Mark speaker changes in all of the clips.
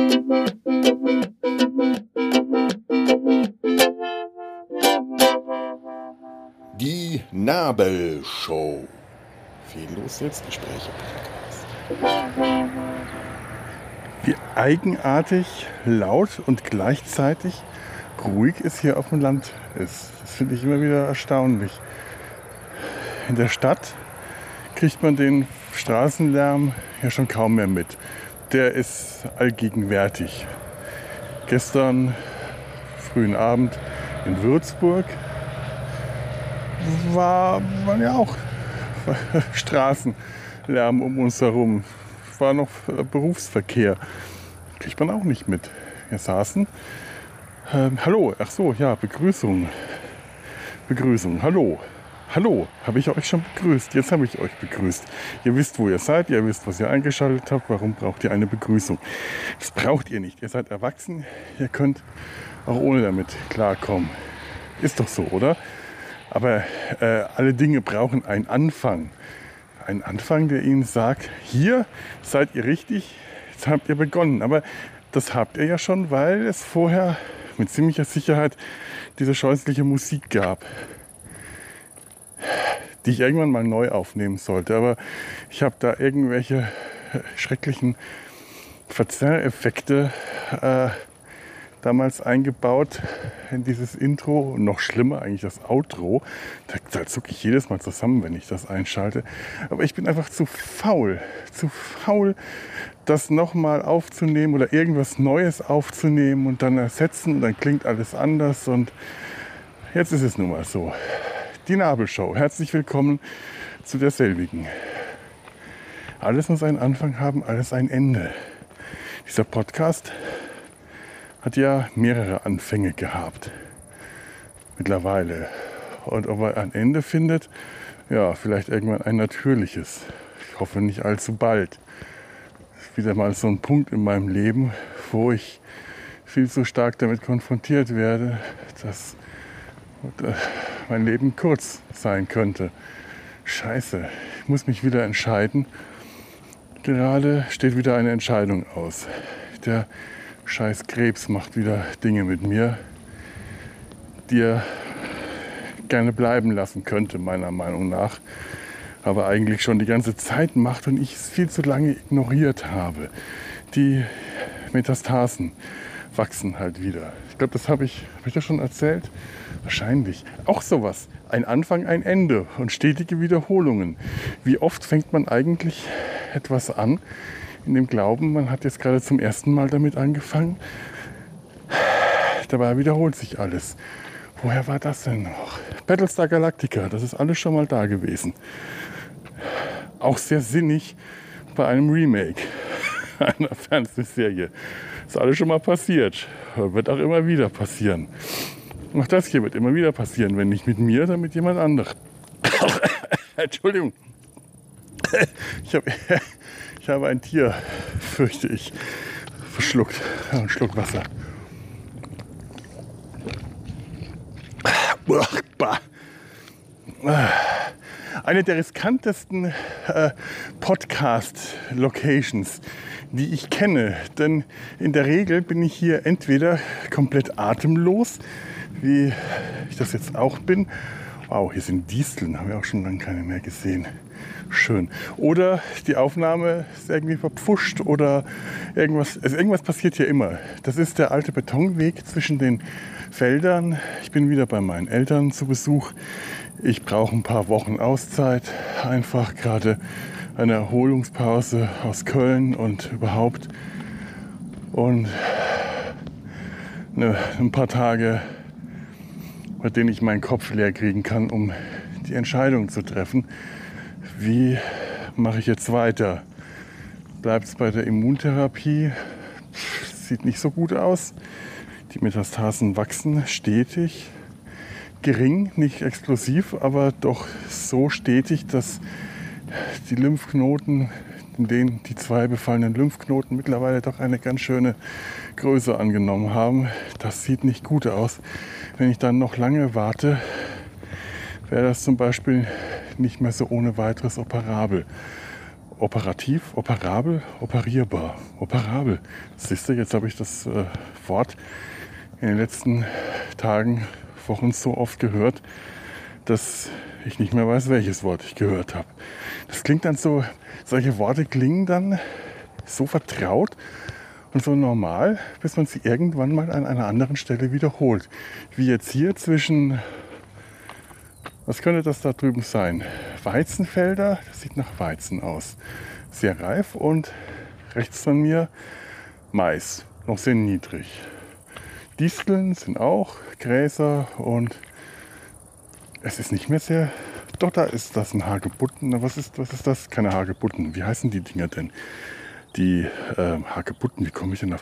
Speaker 1: Die Nabelshow. Fehllos Selbstgespräche.
Speaker 2: Wie eigenartig, laut und gleichzeitig ruhig es hier auf dem Land ist. Das finde ich immer wieder erstaunlich. In der Stadt kriegt man den Straßenlärm ja schon kaum mehr mit. Der ist allgegenwärtig. Gestern frühen Abend in Würzburg waren ja auch Straßenlärm um uns herum. War noch Berufsverkehr. Kriegt man auch nicht mit. Wir saßen. Hallo, ach so, ja, Begrüßung. Hallo. Hallo, habe ich euch schon begrüßt? Jetzt habe ich euch begrüßt. Ihr wisst, wo ihr seid, ihr wisst, was ihr eingeschaltet habt. Warum braucht ihr eine Begrüßung? Das braucht ihr nicht. Ihr seid erwachsen, ihr könnt auch ohne damit klarkommen. Ist doch so, oder? Aber alle Dinge brauchen einen Anfang. Einen Anfang, der ihnen sagt, hier seid ihr richtig, jetzt habt ihr begonnen. Aber das habt ihr ja schon, weil es vorher mit ziemlicher Sicherheit diese scheußliche Musik gab, die ich irgendwann mal neu aufnehmen sollte. Aber ich habe da irgendwelche schrecklichen Verzerreffekte damals eingebaut in dieses Intro. Noch schlimmer eigentlich das Outro. Da zucke ich jedes Mal zusammen, wenn ich das einschalte. Aber ich bin einfach zu faul, das nochmal aufzunehmen oder irgendwas Neues aufzunehmen und dann ersetzen. Und dann klingt alles anders. Und jetzt ist es nun mal so. Die Nabelshow. Herzlich willkommen zu derselbigen. Alles muss einen Anfang haben, alles ein Ende. Dieser Podcast hat ja mehrere Anfänge gehabt. Mittlerweile. Und ob er ein Ende findet, ja, vielleicht irgendwann ein natürliches. Ich hoffe nicht allzu bald. Das ist wieder mal so ein Punkt in meinem Leben, wo ich viel zu stark damit konfrontiert werde, dass mein Leben kurz sein könnte. Scheiße, ich muss mich wieder entscheiden. Gerade steht wieder eine Entscheidung aus. Der scheiß Krebs macht wieder Dinge mit mir, die er gerne bleiben lassen könnte, meiner Meinung nach. Aber eigentlich schon die ganze Zeit macht und ich es viel zu lange ignoriert habe. Die Metastasen wachsen halt wieder. Ich glaube, das habe ich das schon erzählt? Wahrscheinlich. Auch sowas. Ein Anfang, ein Ende und stetige Wiederholungen. Wie oft fängt man eigentlich etwas an, in dem Glauben, man hat jetzt gerade zum ersten Mal damit angefangen. Dabei wiederholt sich alles. Woher war das denn noch? Battlestar Galactica, das ist alles schon mal da gewesen. Auch sehr sinnig bei einem Remake einer Fernsehserie. Ist alles schon mal passiert. Wird auch immer wieder passieren. Auch das hier wird immer wieder passieren. Wenn nicht mit mir, dann mit jemand anderem. Entschuldigung. Ich habe ein Tier, fürchte ich, verschluckt. Ein Schluck Wasser. Eine der riskantesten Podcast-Locations, die ich kenne. Denn in der Regel bin ich hier entweder komplett atemlos, wie ich das jetzt auch bin. Wow, hier sind Disteln, habe ich auch schon lange keine mehr gesehen. Schön. Oder die Aufnahme ist irgendwie verpfuscht oder irgendwas. Also irgendwas passiert hier immer. Das ist der alte Betonweg zwischen den Feldern. Ich bin wieder bei meinen Eltern zu Besuch. Ich brauche ein paar Wochen Auszeit. Einfach gerade eine Erholungspause aus Köln und überhaupt. Und ein paar Tage, bei denen ich meinen Kopf leer kriegen kann, um die Entscheidung zu treffen. Wie mache ich jetzt weiter? Bleibt es bei der Immuntherapie? Sieht nicht so gut aus. Die Metastasen wachsen stetig. Gering, nicht explosiv, aber doch so stetig, dass die Lymphknoten, in denen die 2 befallenen Lymphknoten mittlerweile doch eine ganz schöne Größe angenommen haben. Das sieht nicht gut aus. Wenn ich dann noch lange warte, wäre das zum Beispiel nicht mehr so ohne weiteres operabel. operativ, operabel, operierbar, operabel. Siehst du, jetzt habe ich das Wort in den letzten Tagen, Wochen so oft gehört, dass ich nicht mehr weiß, welches Wort ich gehört habe. Das klingt dann so, solche Worte klingen dann so vertraut und so normal, bis man sie irgendwann mal an einer anderen Stelle wiederholt. Wie jetzt hier zwischen, was könnte das da drüben sein? Weizenfelder, das sieht nach Weizen aus. Sehr reif und rechts von mir Mais, noch sehr niedrig. Disteln sind auch Gräser und es ist nicht mehr sehr... Doch, da ist das ein Hagebutten. Na, was ist das? Keine Hagebutten. Wie heißen die Dinger denn? Die Hagebutten, wie komme ich denn auf?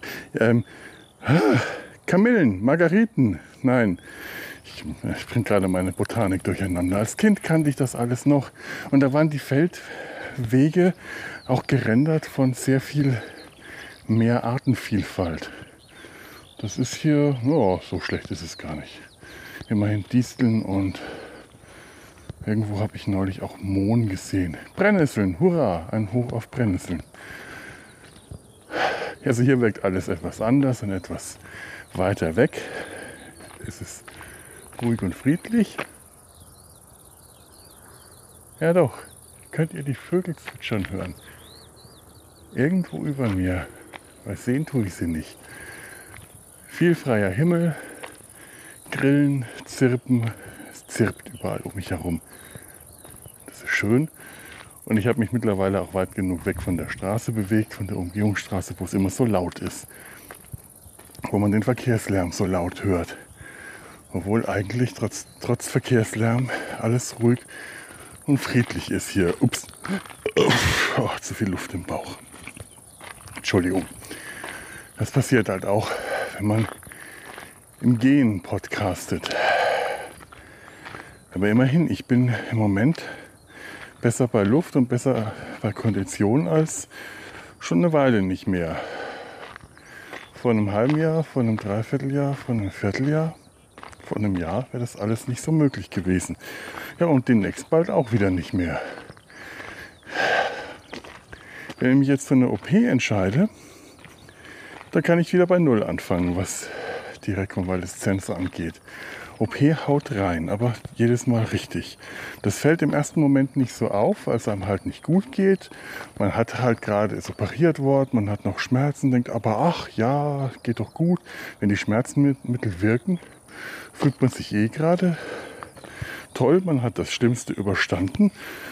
Speaker 2: Kamillen, Margariten. Nein, ich bringe gerade meine Botanik durcheinander. Als Kind kannte ich das alles noch. Und da waren die Feldwege auch gerändert von sehr viel mehr Artenvielfalt. Das ist hier, oh, so schlecht ist es gar nicht. Immerhin Disteln und irgendwo habe ich neulich auch Mohn gesehen. Brennnesseln, hurra, ein Hoch auf Brennnesseln. Also hier wirkt alles etwas anders und etwas weiter weg. Es ist ruhig und friedlich. Ja doch, könnt ihr die Vögel zwitschern hören. Irgendwo über mir, weil sehen tue ich sie nicht. Viel freier Himmel, Grillen, Zirpen, es zirpt überall um mich herum. Das ist schön und ich habe mich mittlerweile auch weit genug weg von der Straße bewegt, von der Umgehungsstraße, wo es immer so laut ist, wo man den Verkehrslärm so laut hört. Obwohl eigentlich trotz Verkehrslärm alles ruhig und friedlich ist hier. Ups, oh, zu viel Luft im Bauch. Entschuldigung. Das passiert halt auch, wenn man im Gehen podcastet. Aber immerhin, ich bin im Moment besser bei Luft und besser bei Kondition als schon eine Weile nicht mehr. Vor einem halben Jahr, vor einem Dreivierteljahr, vor einem Vierteljahr, vor einem Jahr wäre das alles nicht so möglich gewesen. Ja, und demnächst bald auch wieder nicht mehr. Wenn ich mich jetzt für eine OP entscheide, dann kann ich wieder bei Null anfangen, was die Rekonvaleszenz angeht. OP haut rein, aber jedes Mal richtig. Das fällt im ersten Moment nicht so auf, weil es einem halt nicht gut geht. Man hat halt gerade, ist operiert worden, man hat noch Schmerzen, denkt aber, ach ja, geht doch gut. Wenn die Schmerzmittel wirken, fühlt man sich eh gerade toll, man hat das Schlimmste überstanden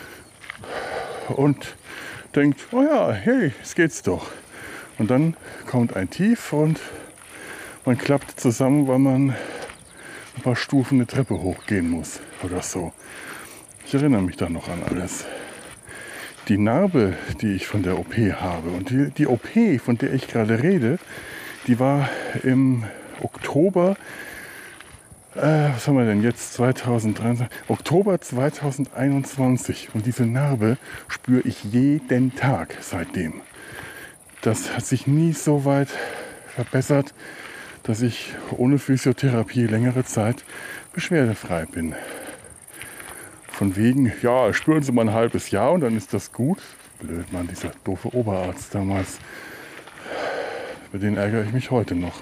Speaker 2: und denkt, oh ja, hey, es geht's doch. Und dann kommt ein Tief und man klappt zusammen, weil man ein paar Stufen eine Treppe hochgehen muss oder so. Ich erinnere mich da noch an alles. Die Narbe, die ich von der OP habe und die OP, von der ich gerade rede, die war im Oktober, was haben wir denn jetzt, 2023, Oktober 2021. Und diese Narbe spüre ich jeden Tag seitdem. Das hat sich nie so weit verbessert, dass ich ohne Physiotherapie längere Zeit beschwerdefrei bin. Von wegen, ja, spüren Sie mal ein halbes Jahr und dann ist das gut. Blöd, Mann, dieser doofe Oberarzt damals. Über den ärgere ich mich heute noch.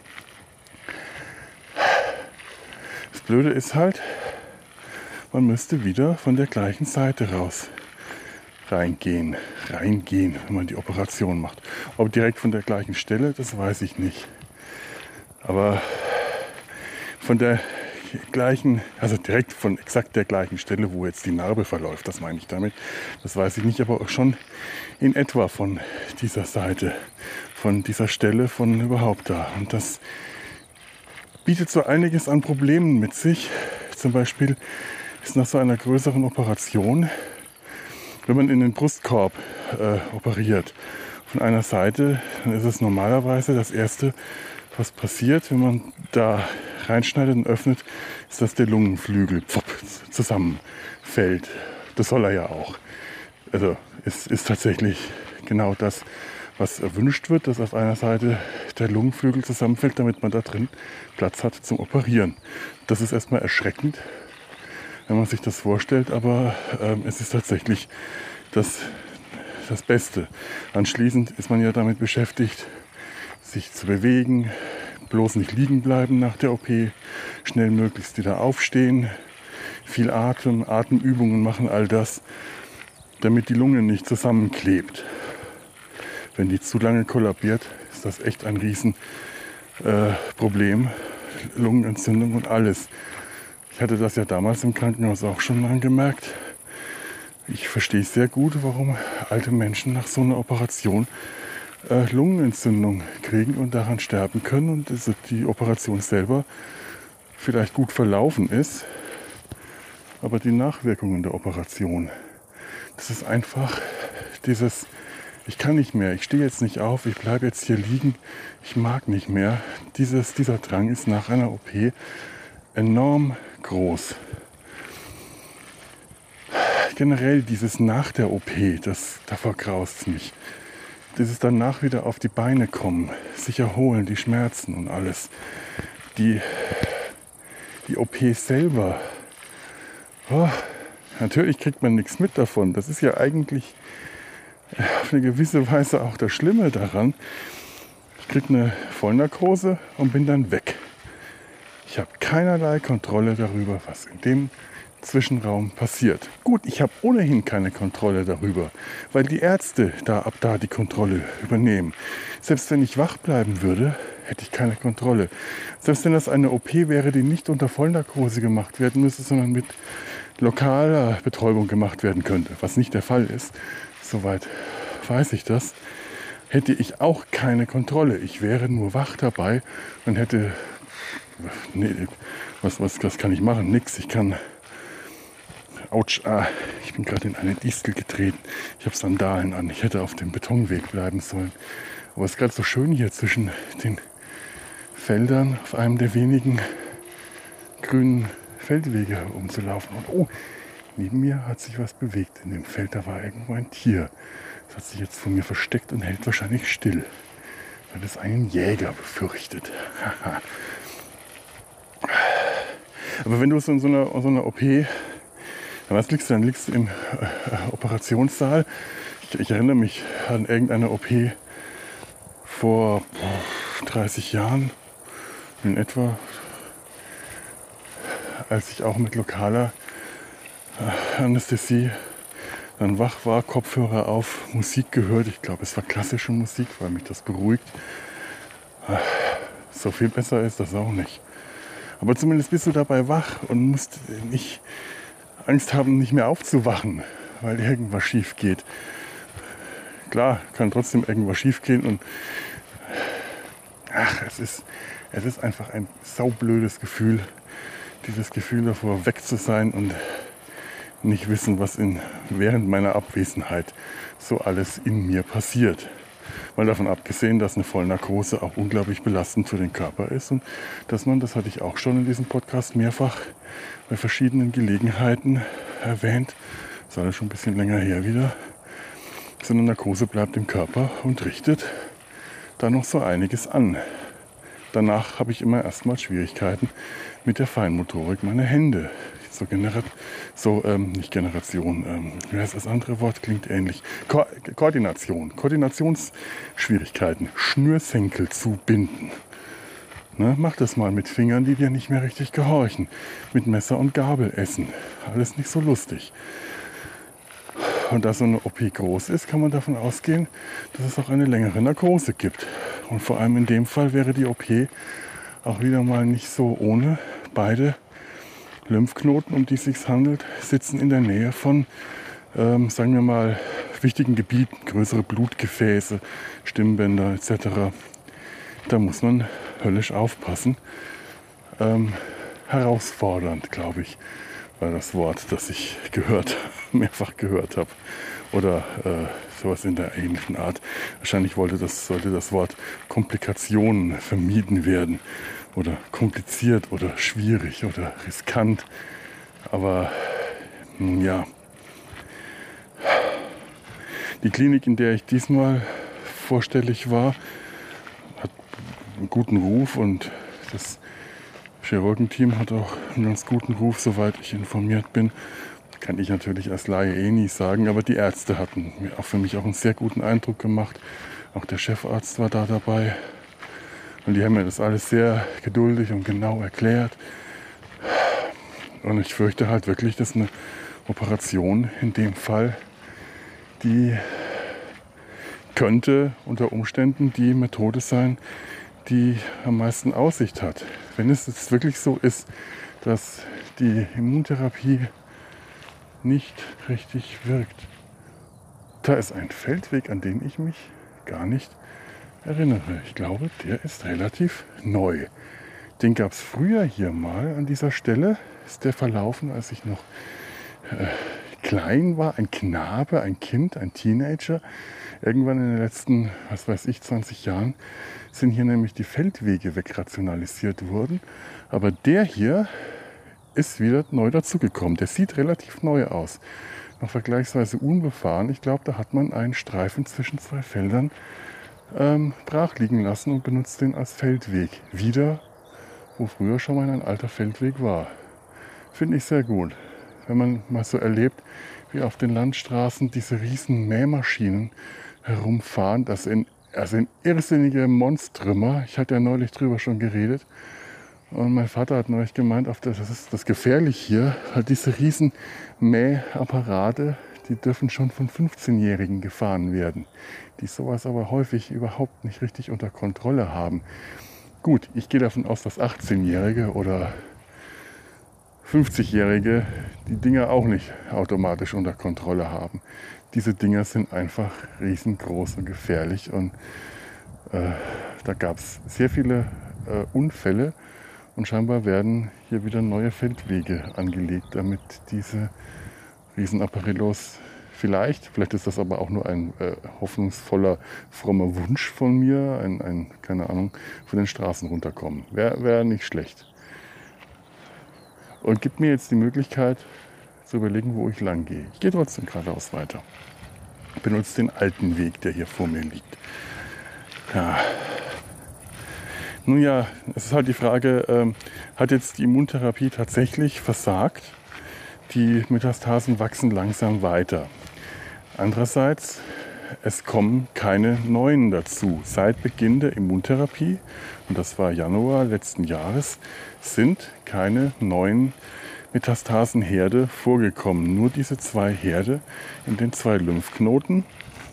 Speaker 2: Das Blöde ist halt, man müsste wieder von der gleichen Seite reingehen, wenn man die Operation macht. Ob direkt von der gleichen Stelle, das weiß ich nicht. Aber von der gleichen, also direkt von exakt der gleichen Stelle, wo jetzt die Narbe verläuft, das meine ich damit. Das weiß ich nicht, aber auch schon in etwa von dieser Seite, von dieser Stelle, von überhaupt da. Und das bietet so einiges an Problemen mit sich. Zum Beispiel ist nach so einer größeren Operation, wenn man in den Brustkorb operiert, von einer Seite, dann ist es normalerweise das Erste, was passiert, wenn man da reinschneidet und öffnet, ist, dass der Lungenflügel zusammenfällt. Das soll er ja auch. Also es ist tatsächlich genau das, was erwünscht wird, dass auf einer Seite der Lungenflügel zusammenfällt, damit man da drin Platz hat zum Operieren. Das ist erstmal erschreckend, wenn man sich das vorstellt, aber es ist tatsächlich das das Beste. Anschließend ist man ja damit beschäftigt, sich zu bewegen, bloß nicht liegen bleiben nach der OP, schnell möglichst wieder aufstehen, viel Atemübungen machen, all das, damit die Lunge nicht zusammenklebt. Wenn die zu lange kollabiert, ist das echt ein Riesenproblem. Lungenentzündung und alles. Ich hatte das ja damals im Krankenhaus auch schon angemerkt. Ich verstehe sehr gut, warum alte Menschen nach so einer Operation Lungenentzündung kriegen und daran sterben können und die Operation selber vielleicht gut verlaufen ist, aber die Nachwirkungen der Operation, das ist einfach dieses, ich kann nicht mehr, ich stehe jetzt nicht auf, ich bleibe jetzt hier liegen, ich mag nicht mehr. Dieser Drang ist nach einer OP enorm groß. Generell dieses nach der OP, davor graust es mich. Dieses danach wieder auf die Beine kommen, sich erholen, die Schmerzen und alles. Die OP selber, natürlich kriegt man nichts mit davon. Das ist ja eigentlich auf eine gewisse Weise auch das Schlimme daran. Ich kriege eine Vollnarkose und bin dann weg. Ich habe keinerlei Kontrolle darüber, was in dem Zwischenraum passiert. Gut, ich habe ohnehin keine Kontrolle darüber, weil die Ärzte ab da die Kontrolle übernehmen. Selbst wenn ich wach bleiben würde, hätte ich keine Kontrolle. Selbst wenn das eine OP wäre, die nicht unter Vollnarkose gemacht werden müsste, sondern mit lokaler Betäubung gemacht werden könnte, was nicht der Fall ist, soweit weiß ich das, hätte ich auch keine Kontrolle. Ich wäre nur wach dabei und hätte, was kann ich machen? Nix. Ich kann, ouch, ich bin gerade in eine Distel getreten. Ich habe Sandalen an. Ich hätte auf dem Betonweg bleiben sollen. Aber es ist gerade so schön hier zwischen den Feldern auf einem der wenigen grünen Feldwege umzulaufen. Und oh, neben mir hat sich was bewegt. In dem Feld, da war irgendwo ein Tier. Das hat sich jetzt vor mir versteckt und hält wahrscheinlich still, weil es einen Jäger befürchtet. Aber wenn du so in so einer OP, was liegst du dann? Liegst du im Operationssaal? Ich erinnere mich an irgendeine OP vor 30 Jahren in etwa, als ich auch mit lokaler Anästhesie dann wach war, Kopfhörer auf, Musik gehört. Ich glaube, es war klassische Musik, weil mich das beruhigt. So viel besser ist das auch nicht. Aber zumindest bist du dabei wach und musst nicht Angst haben, nicht mehr aufzuwachen, weil irgendwas schief geht. Klar, kann trotzdem irgendwas schief gehen und es ist einfach ein saublödes Gefühl, dieses Gefühl davor, weg zu sein und nicht wissen, was während meiner Abwesenheit so alles in mir passiert. Mal davon abgesehen, dass eine Vollnarkose auch unglaublich belastend für den Körper ist und dass man, das hatte ich auch schon in diesem Podcast mehrfach bei verschiedenen Gelegenheiten erwähnt, das ist alles schon ein bisschen länger her wieder, so eine Narkose bleibt im Körper und richtet da noch so einiges an. Danach habe ich immer erstmal Schwierigkeiten mit der Feinmotorik meiner Hände. Nicht Generation, wie heißt das andere Wort? Klingt ähnlich. Koordinationsschwierigkeiten, Schnürsenkel zu binden. Ne, mach das mal mit Fingern, die dir nicht mehr richtig gehorchen. Mit Messer und Gabel essen. Alles nicht so lustig. Und da so eine OP groß ist, kann man davon ausgehen, dass es auch eine längere Narkose gibt. Und vor allem in dem Fall wäre die OP auch wieder mal nicht so ohne. Beide Lymphknoten, um die es sich handelt, sitzen in der Nähe von, sagen wir mal, wichtigen Gebieten, größere Blutgefäße, Stimmbänder etc. Da muss man höllisch aufpassen. Herausfordernd, glaube ich, war das Wort, das ich mehrfach gehört habe. Oder sowas in der ähnlichen Art. Wahrscheinlich sollte das Wort Komplikationen vermieden werden. Oder kompliziert oder schwierig oder riskant. Aber nun ja. Die Klinik, in der ich diesmal vorstellig war, hat einen guten Ruf und das Chirurgenteam hat auch einen ganz guten Ruf, soweit ich informiert bin. kann ich natürlich als Laie nie sagen, aber die Ärzte hatten auch für mich auch einen sehr guten Eindruck gemacht. Auch der Chefarzt war da dabei. Und die haben mir das alles sehr geduldig und genau erklärt. Und ich fürchte halt wirklich, dass eine Operation in dem Fall, die könnte unter Umständen die Methode sein, die am meisten Aussicht hat. Wenn es jetzt wirklich so ist, dass die Immuntherapie nicht richtig wirkt. Da ist ein Feldweg, an den ich mich gar nicht erinnere. Ich glaube, der ist relativ neu. Den gab es früher hier mal an dieser Stelle. Ist der verlaufen, als ich noch klein war, ein Knabe, ein Kind, ein Teenager. Irgendwann in den letzten, 20 Jahren sind hier nämlich die Feldwege wegrationalisiert worden. Aber der hier ist wieder neu dazugekommen. Der sieht relativ neu aus. Noch vergleichsweise unbefahren. Ich glaube, da hat man einen Streifen zwischen zwei Feldern brach liegen lassen und benutzt den als Feldweg. Wieder, wo früher schon mal ein alter Feldweg war. Finde ich sehr gut. Wenn man mal so erlebt, wie auf den Landstraßen diese riesen Mähmaschinen herumfahren, das sind irrsinnige Monstrümer. Ich hatte ja neulich drüber schon geredet. Und mein Vater hat neulich gemeint, das ist das gefährlich hier, halt diese riesen Mähapparate, die dürfen schon von 15-Jährigen gefahren werden, die sowas aber häufig überhaupt nicht richtig unter Kontrolle haben. Gut, ich gehe davon aus, dass 18-Jährige oder 50-Jährige die Dinger auch nicht automatisch unter Kontrolle haben. Diese Dinger sind einfach riesengroß und gefährlich und da gab es sehr viele Unfälle. Und scheinbar werden hier wieder neue Feldwege angelegt, damit diese Riesenapparillos vielleicht ist das aber auch nur ein hoffnungsvoller, frommer Wunsch von mir, keine Ahnung, von den Straßen runterkommen. Wäre nicht schlecht. Und gibt mir jetzt die Möglichkeit zu überlegen, wo ich lang gehe. Ich gehe trotzdem geradeaus weiter. Ich benutze den alten Weg, der hier vor mir liegt. Ja. Nun ja, es ist halt die Frage, hat jetzt die Immuntherapie tatsächlich versagt? Die Metastasen wachsen langsam weiter. Andererseits, es kommen keine neuen dazu. Seit Beginn der Immuntherapie, und das war Januar letzten Jahres, sind keine neuen Metastasenherde vorgekommen. Nur diese 2 Herde in den 2 Lymphknoten,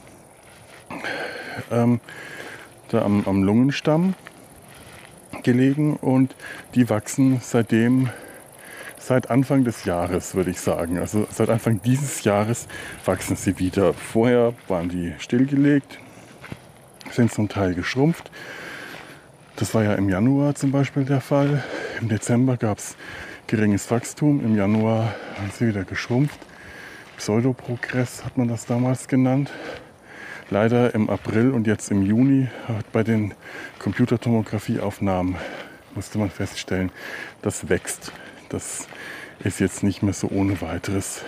Speaker 2: da am Lungenstamm gelegen, und die wachsen seit Anfang des Jahres, würde ich sagen. Also seit Anfang dieses Jahres wachsen sie wieder. Vorher waren die stillgelegt, sind zum Teil geschrumpft. Das war ja im Januar zum Beispiel der Fall. Im Dezember gab es geringes Wachstum. Im Januar waren sie wieder geschrumpft. Pseudoprogress hat man das damals genannt. Leider im April und jetzt im Juni bei den Computertomographieaufnahmen musste man feststellen, das wächst. Das ist jetzt nicht mehr so ohne weiteres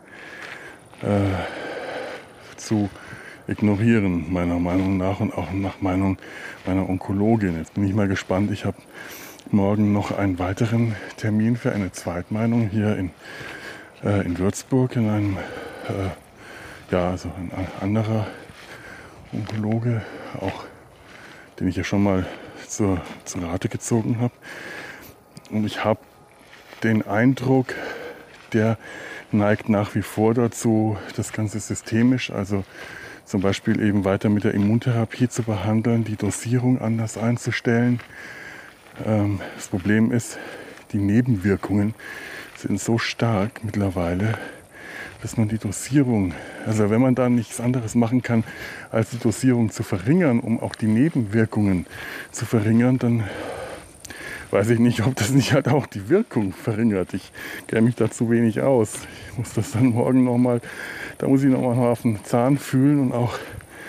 Speaker 2: zu ignorieren, meiner Meinung nach, und auch nach Meinung meiner Onkologin. Jetzt bin ich mal gespannt. Ich habe morgen noch einen weiteren Termin für eine Zweitmeinung hier in Würzburg, in einem, also ein anderer Onkologe, auch den ich ja schon mal zur Rate gezogen habe. Und ich habe den Eindruck, der neigt nach wie vor dazu, das Ganze systemisch, also zum Beispiel eben weiter mit der Immuntherapie zu behandeln, die Dosierung anders einzustellen. Das Problem ist, die Nebenwirkungen sind so stark mittlerweile, dass man die Dosierung, also wenn man da nichts anderes machen kann, als die Dosierung zu verringern, um auch die Nebenwirkungen zu verringern, dann weiß ich nicht, ob das nicht halt auch die Wirkung verringert. Ich kenne mich da zu wenig aus. Ich muss das dann morgen nochmal, da muss ich nochmal auf den Zahn fühlen und auch,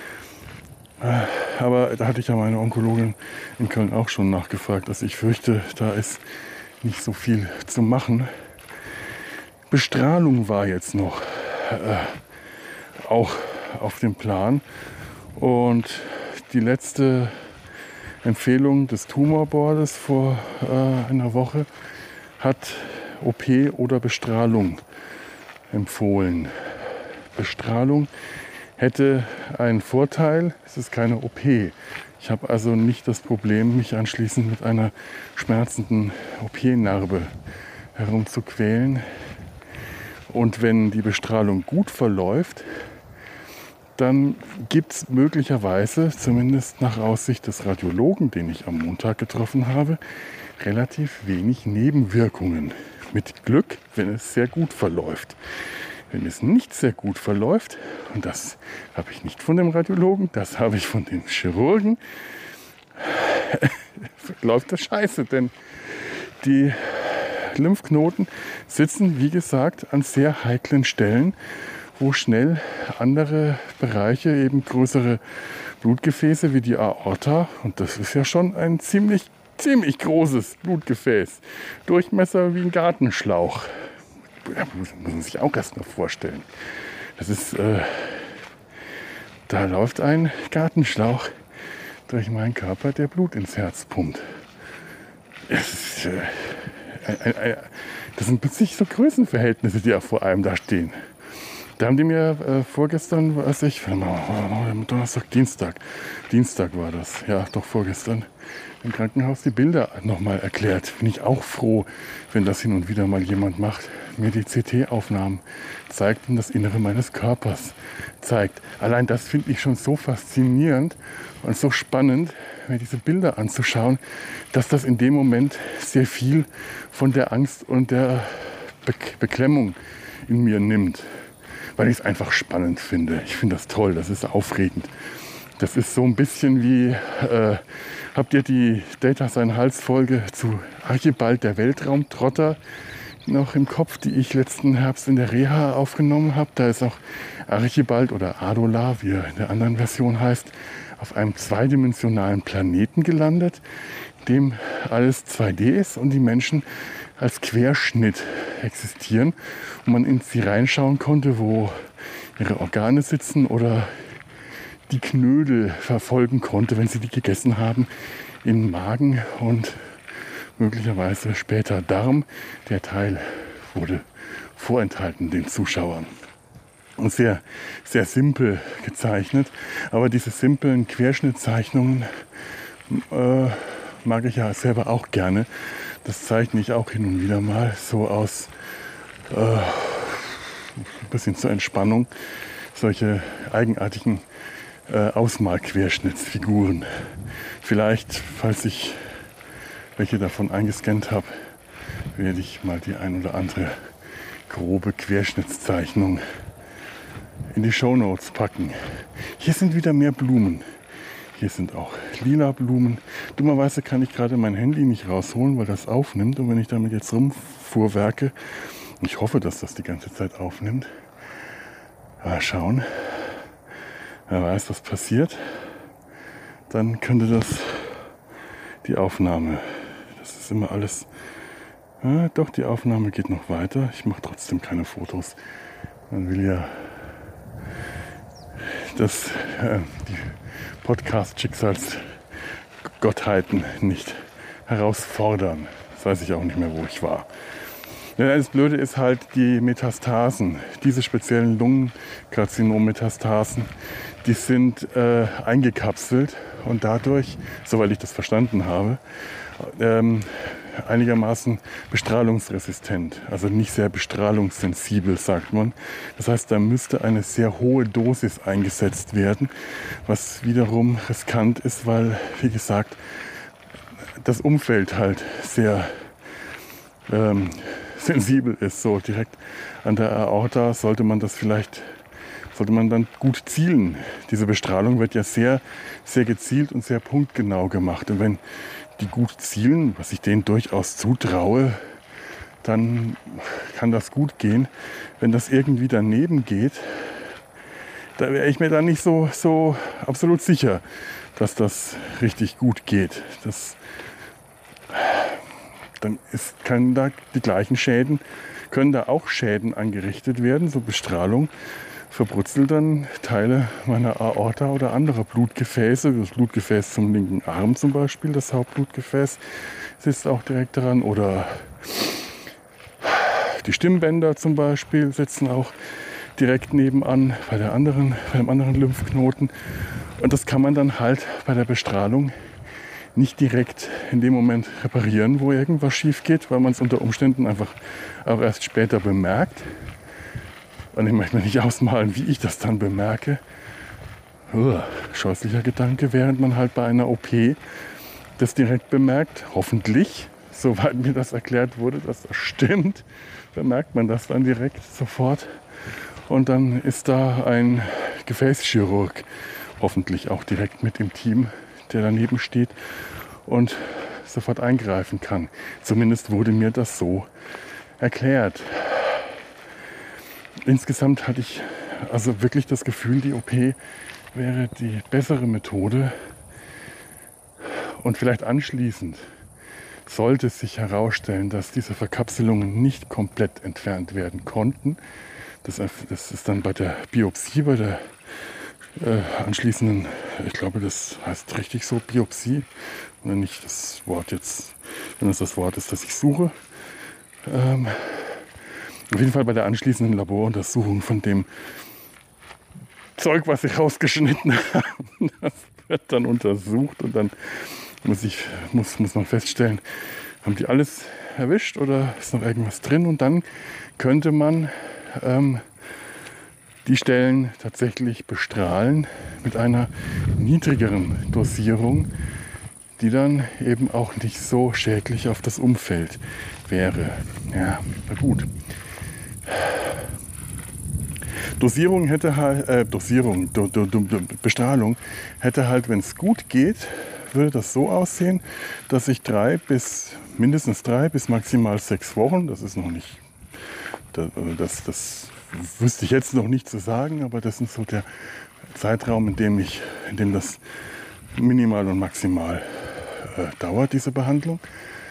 Speaker 2: aber da hatte ich ja meine Onkologin in Köln auch schon nachgefragt, dass ich fürchte, da ist nicht so viel zu machen. Bestrahlung war jetzt noch auch auf dem Plan, und die letzte Empfehlung des Tumorboardes vor einer Woche hat OP oder Bestrahlung empfohlen. Bestrahlung hätte einen Vorteil, es ist keine OP. Ich habe also nicht das Problem, mich anschließend mit einer schmerzenden OP-Narbe herumzuquälen. Und wenn die Bestrahlung gut verläuft, dann gibt es möglicherweise, zumindest nach Aussicht des Radiologen, den ich am Montag getroffen habe, relativ wenig Nebenwirkungen. Mit Glück, wenn es sehr gut verläuft. Wenn es nicht sehr gut verläuft, und das habe ich nicht von dem Radiologen, das habe ich von dem Chirurgen, läuft das scheiße, denn die Lymphknoten sitzen, wie gesagt, an sehr heiklen Stellen, wo schnell andere Bereiche, eben größere Blutgefäße wie die Aorta, und das ist ja schon ein ziemlich großes Blutgefäß, Durchmesser wie ein Gartenschlauch. Ja, muss man sich auch erst mal vorstellen. Das ist, da läuft ein Gartenschlauch durch meinen Körper, der Blut ins Herz pumpt. Das sind plötzlich so Größenverhältnisse, die ja vor allem da stehen. Da haben die mir vorgestern, Dienstag war das, ja doch vorgestern, im Krankenhaus die Bilder nochmal erklärt. Bin ich auch froh, wenn das hin und wieder mal jemand macht, mir die CT-Aufnahmen zeigt und das Innere meines Körpers zeigt. Allein das finde ich schon so faszinierend und so spannend, mir diese Bilder anzuschauen, dass das in dem Moment sehr viel von der Angst und der Beklemmung in mir nimmt. Weil ich es einfach spannend finde. Ich finde das toll, das ist aufregend. Das ist so ein bisschen wie, habt ihr die Data sein Hals Folge zu Archibald, der Weltraumtrotter, noch im Kopf, die ich letzten Herbst in der Reha aufgenommen habe? Da ist auch Archibald oder Adolar, wie er in der anderen Version heißt, auf einem zweidimensionalen Planeten gelandet, in dem alles 2D ist und die Menschen als Querschnitt existieren und man in sie reinschauen konnte, wo ihre Organe sitzen oder die Knödel verfolgen konnte, wenn sie die gegessen haben, in Magen und möglicherweise später Darm. Der Teil wurde vorenthalten den Zuschauern. Und sehr, sehr simpel gezeichnet. Aber diese simplen Querschnittzeichnungen mag ich ja selber auch gerne. Das zeichne ich auch hin und wieder mal so aus ein bisschen zur Entspannung. Solche eigenartigen Ausmalquerschnittsfiguren. Vielleicht, falls ich welche davon eingescannt habe, werde ich mal die ein oder andere grobe Querschnittszeichnung in die Shownotes packen. Hier sind wieder mehr Blumen. Hier sind auch lila Blumen. Dummerweise kann ich gerade mein Handy nicht rausholen, weil das aufnimmt. Und wenn ich damit jetzt rumfuhrwerke, ich hoffe, dass das die ganze Zeit aufnimmt. Mal schauen. Wer weiß, was passiert. Dann könnte das die Aufnahme. Das ist immer alles. Doch, die Aufnahme geht noch weiter. Ich mache trotzdem keine Fotos. Man will ja die Podcast-Schicksalsgottheiten nicht herausfordern. Das weiß ich auch nicht mehr, wo ich war. Ja, das Blöde ist halt die Metastasen. Diese speziellen Lungenkarzinom-Metastasen, die sind eingekapselt und dadurch, soweit ich das verstanden habe, einigermaßen bestrahlungsresistent, also nicht sehr bestrahlungssensibel, sagt man. Das heißt, da müsste eine sehr hohe Dosis eingesetzt werden, was wiederum riskant ist, weil, wie gesagt, das Umfeld halt sehr sensibel ist. So direkt an der Aorta sollte man dann gut zielen. Diese Bestrahlung wird ja sehr, sehr gezielt und sehr punktgenau gemacht. Und wenn die gut zielen, was ich denen durchaus zutraue, dann kann das gut gehen. Wenn das irgendwie daneben geht, da wäre ich mir dann nicht so absolut sicher, dass das richtig gut geht. Können da auch Schäden angerichtet werden, so Bestrahlung verbrutzelt dann Teile meiner Aorta oder anderer Blutgefäße. Das Blutgefäß zum linken Arm zum Beispiel, das Hauptblutgefäß sitzt auch direkt daran. Oder Die Stimmbänder zum Beispiel sitzen auch direkt nebenan bei dem anderen Lymphknoten. Und das kann man dann halt bei der Bestrahlung nicht direkt in dem Moment reparieren, wo irgendwas schief geht, weil man es unter Umständen einfach auch erst später bemerkt. Und ich möchte mir nicht ausmalen, wie ich das dann bemerke. Scheußlicher Gedanke, während man halt bei einer OP das direkt bemerkt. Hoffentlich, soweit mir das erklärt wurde, dass das stimmt, bemerkt man das dann direkt sofort. Und dann ist da ein Gefäßchirurg, hoffentlich auch direkt mit im Team, der daneben steht und sofort eingreifen kann. Zumindest wurde mir das so erklärt. Insgesamt hatte ich also wirklich das Gefühl, die OP wäre die bessere Methode. Und vielleicht anschließend sollte es sich herausstellen, dass diese Verkapselungen nicht komplett entfernt werden konnten. Das ist dann bei der Biopsie, bei der anschließenden, ich glaube, das heißt richtig so, Biopsie, oder nicht das Wort jetzt, wenn es das Wort ist, das ich suche. Auf jeden Fall bei der anschließenden Laboruntersuchung von dem Zeug, was ich rausgeschnitten habe. Das wird dann untersucht und dann muss man feststellen, haben die alles erwischt oder ist noch irgendwas drin, und dann könnte man die Stellen tatsächlich bestrahlen mit einer niedrigeren Dosierung, die dann eben auch nicht so schädlich auf das Umfeld wäre. Ja, na gut. Bestrahlung hätte halt, wenn es gut geht, würde das so aussehen, dass ich mindestens 3 bis maximal 6 Wochen, das ist noch nicht, das wüsste ich jetzt noch nicht zu sagen, aber das ist so der Zeitraum, in dem das minimal und maximal dauert, diese Behandlung.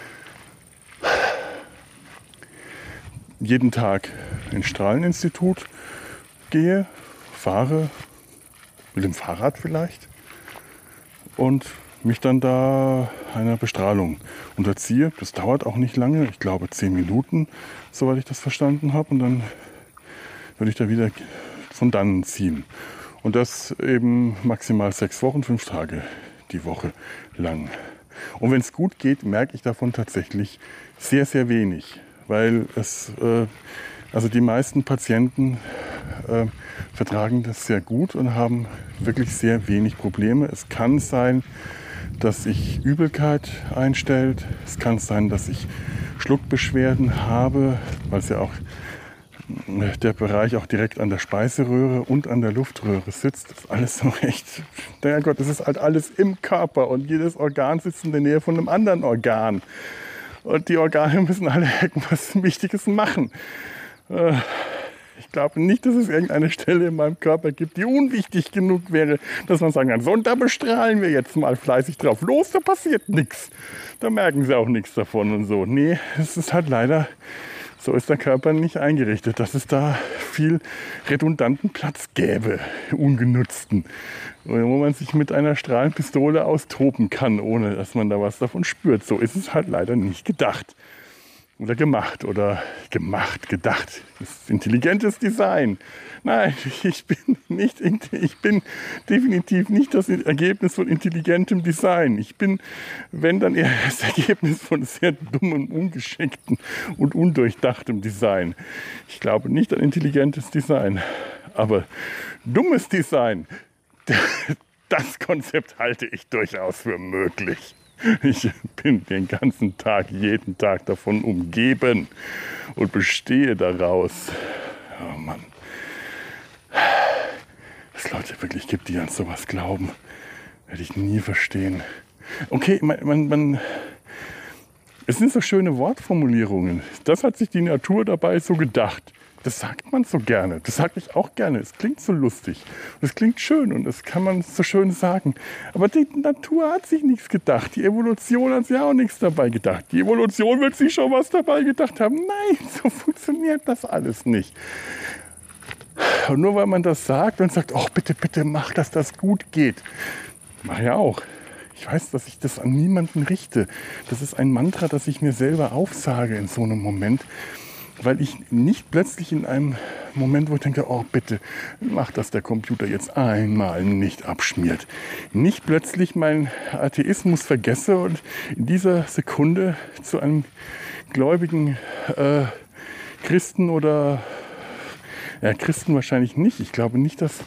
Speaker 2: Jeden Tag ins Strahleninstitut gehe, fahre, mit dem Fahrrad vielleicht, und mich dann da einer Bestrahlung unterziehe. Das dauert auch nicht lange, ich glaube 10 Minuten, soweit ich das verstanden habe. Und dann würde ich da wieder von dannen ziehen. Und das eben maximal 6 Wochen, 5 Tage die Woche lang. Und wenn es gut geht, merke ich davon tatsächlich sehr, sehr wenig. Weil also die meisten Patienten vertragen das sehr gut und haben wirklich sehr wenig Probleme. Es kann sein, dass sich Übelkeit einstellt. Es kann sein, dass ich Schluckbeschwerden habe, weil es ja auch der Bereich auch direkt an der Speiseröhre und an der Luftröhre sitzt. Das ist alles so echt, naja Gott, das ist halt alles im Körper und jedes Organ sitzt in der Nähe von einem anderen Organ. Und die Organe müssen alle irgendwas Wichtiges machen. Ich glaube nicht, dass es irgendeine Stelle in meinem Körper gibt, die unwichtig genug wäre, dass man sagen kann, so, und da bestrahlen wir jetzt mal fleißig drauf los, da passiert nichts. Da merken sie auch nichts davon und so. Nee, es ist halt leider, so ist der Körper nicht eingerichtet, dass es da viel redundanten Platz gäbe, ungenutzten, wo man sich mit einer Strahlenpistole austoben kann, ohne dass man da was davon spürt. So ist es halt leider nicht gedacht. Oder gedacht. Das ist intelligentes Design. Nein, ich bin definitiv nicht das Ergebnis von intelligentem Design. Ich bin, wenn dann eher das Ergebnis von sehr dummem, ungeschicktem und undurchdachtem Design. Ich glaube nicht an intelligentes Design. Aber dummes Design, das Konzept halte ich durchaus für möglich. Ich bin den ganzen Tag, jeden Tag davon umgeben und bestehe daraus. Oh Mann. Dass es Leute wirklich gibt, die an sowas glauben, werde ich nie verstehen. Okay, es sind so schöne Wortformulierungen. Das hat sich die Natur dabei so gedacht. Das sagt man so gerne. Das sage ich auch gerne. Es klingt so lustig. Es klingt schön und das kann man so schön sagen. Aber die Natur hat sich nichts gedacht. Die Evolution hat sich auch nichts dabei gedacht. Die Evolution wird sich schon was dabei gedacht haben. Nein, so funktioniert das alles nicht. Und nur weil man das sagt und sagt, oh bitte, bitte mach, dass das gut geht. Mach ja auch. Ich weiß, dass ich das an niemanden richte. Das ist ein Mantra, das ich mir selber aufsage in so einem Moment. weil ich nicht plötzlich in einem Moment, wo ich denke, oh bitte, mach, dass der Computer jetzt einmal nicht abschmiert, nicht plötzlich meinen Atheismus vergesse und in dieser Sekunde zu einem gläubigen Christen oder Christen wahrscheinlich nicht. Ich glaube nicht, dass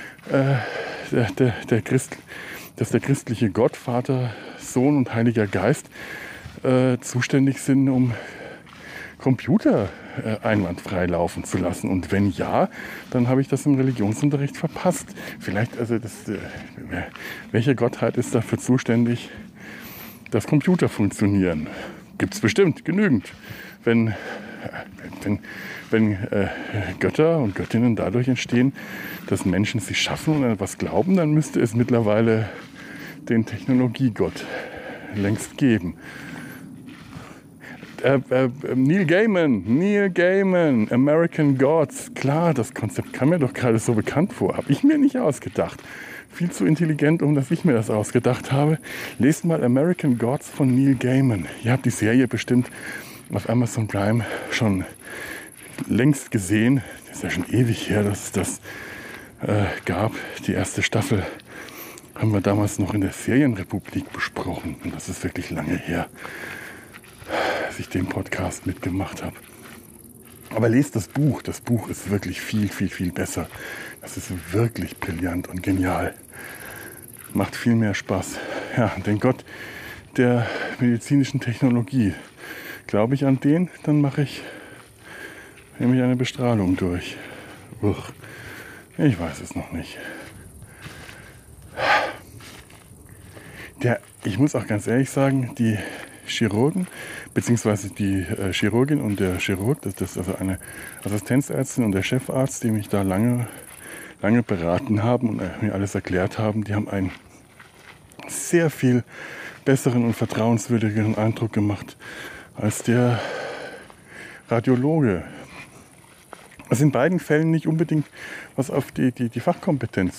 Speaker 2: der christliche Gott, Vater, Sohn und Heiliger Geist zuständig sind, um Computer einwandfrei laufen zu lassen. Und wenn ja, dann habe ich das im Religionsunterricht verpasst. Vielleicht, also welche Gottheit ist dafür zuständig, dass Computer funktionieren? Gibt es bestimmt genügend. Wenn Götter und Göttinnen dadurch entstehen, dass Menschen sich schaffen und an etwas glauben, dann müsste es mittlerweile den Technologiegott längst geben. Neil Gaiman, American Gods. Klar, das Konzept kam mir doch gerade so bekannt vor. Habe ich mir nicht ausgedacht. Viel zu intelligent, um dass ich mir das ausgedacht habe. Lest mal American Gods von Neil Gaiman. Ihr habt die Serie bestimmt auf Amazon Prime schon längst gesehen. Das ist ja schon ewig her, dass es das gab. Die erste Staffel haben wir damals noch in der Serienrepublik besprochen. Und das ist wirklich lange her, dass ich den Podcast mitgemacht habe. Aber lest das Buch. Das Buch ist wirklich viel, viel, viel besser. Das ist wirklich brillant und genial. Macht viel mehr Spaß. Ja, den Gott der medizinischen Technologie. Glaube ich an den, dann nehme ich eine Bestrahlung durch. Uch, ich weiß es noch nicht. Ich muss auch ganz ehrlich sagen, die Chirurgen, beziehungsweise die Chirurgin und der Chirurg, das ist also eine Assistenzärztin und der Chefarzt, die mich da lange beraten haben und mir alles erklärt haben, die haben einen sehr viel besseren und vertrauenswürdigeren Eindruck gemacht als der Radiologe. Also in beiden Fällen nicht unbedingt was auf die Fachkompetenz